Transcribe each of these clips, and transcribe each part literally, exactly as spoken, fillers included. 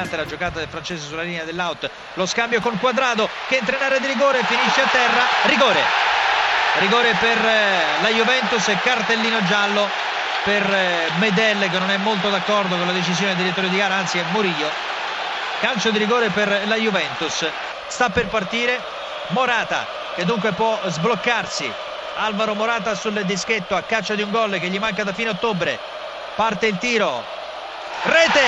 interessante la giocata del francese sulla linea dell'out, lo scambio con Quadrado che entra in area di rigore, finisce a terra, rigore rigore per la Juventus e cartellino giallo per Medel, che non è molto d'accordo con la decisione del direttore di gara, anzi è Murillo. Calcio di rigore per la Juventus. Sta per partire Morata, che dunque può sbloccarsi. Alvaro Morata sul dischetto a caccia di un gol che gli manca da fine ottobre. Parte il tiro, rete,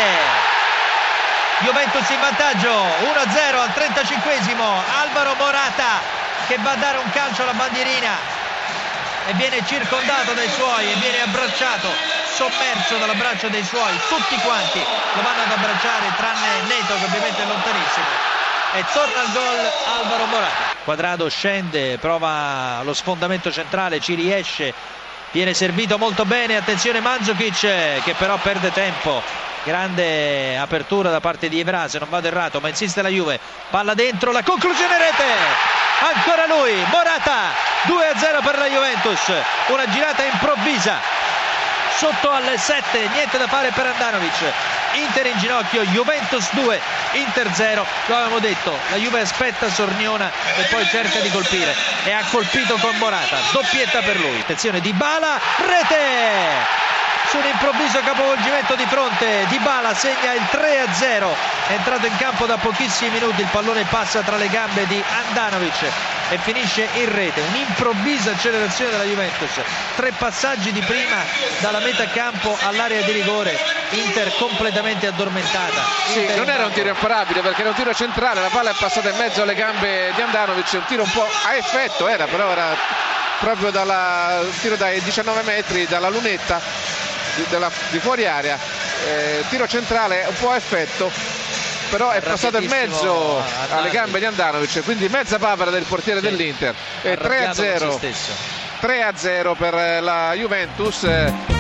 Juventus in vantaggio uno a zero al trentacinquesimo. Alvaro Morata che va a dare un calcio alla bandierina e viene circondato dai suoi e viene abbracciato, sommerso dall'abbraccio dei suoi. Tutti quanti lo vanno ad abbracciare tranne Neto, che ovviamente è lontanissimo, e torna al gol Alvaro Morata. Quadrado scende, prova lo sfondamento centrale, ci riesce, viene servito molto bene, attenzione Mandzukic che però perde tempo. Grande apertura da parte di Evra, se non vado errato, ma insiste la Juve, palla dentro, la conclusione, rete, ancora lui, Morata, due a zero per la Juventus, una girata improvvisa sotto al sette, niente da fare per Handanovic. Inter in ginocchio, Juventus due, Inter zero. Lo avevamo detto, la Juve aspetta, sorniona e poi cerca di colpire, e ha colpito con Morata, doppietta per lui. Attenzione Dybala, rete! Su un improvviso capovolgimento di fronte, Dybala segna il tre a zero. È entrato in campo da pochissimi minuti, il pallone passa tra le gambe di Handanovic e finisce in rete. Un'improvvisa accelerazione della Juventus, tre passaggi di prima dalla metà campo all'area di rigore, Inter completamente addormentata. Sì, Inter non era un tiro imparabile perché era un tiro centrale, la palla è passata in mezzo alle gambe di Handanovic, un tiro un po' a effetto era, però era proprio dalla, un tiro dai diciannove metri dalla lunetta di, della, di fuori area, eh, tiro centrale un po' a effetto, però è passato in mezzo alle gambe di Handanovic, quindi mezza papera del portiere, sì, dell'Inter. E tre a zero per la Juventus.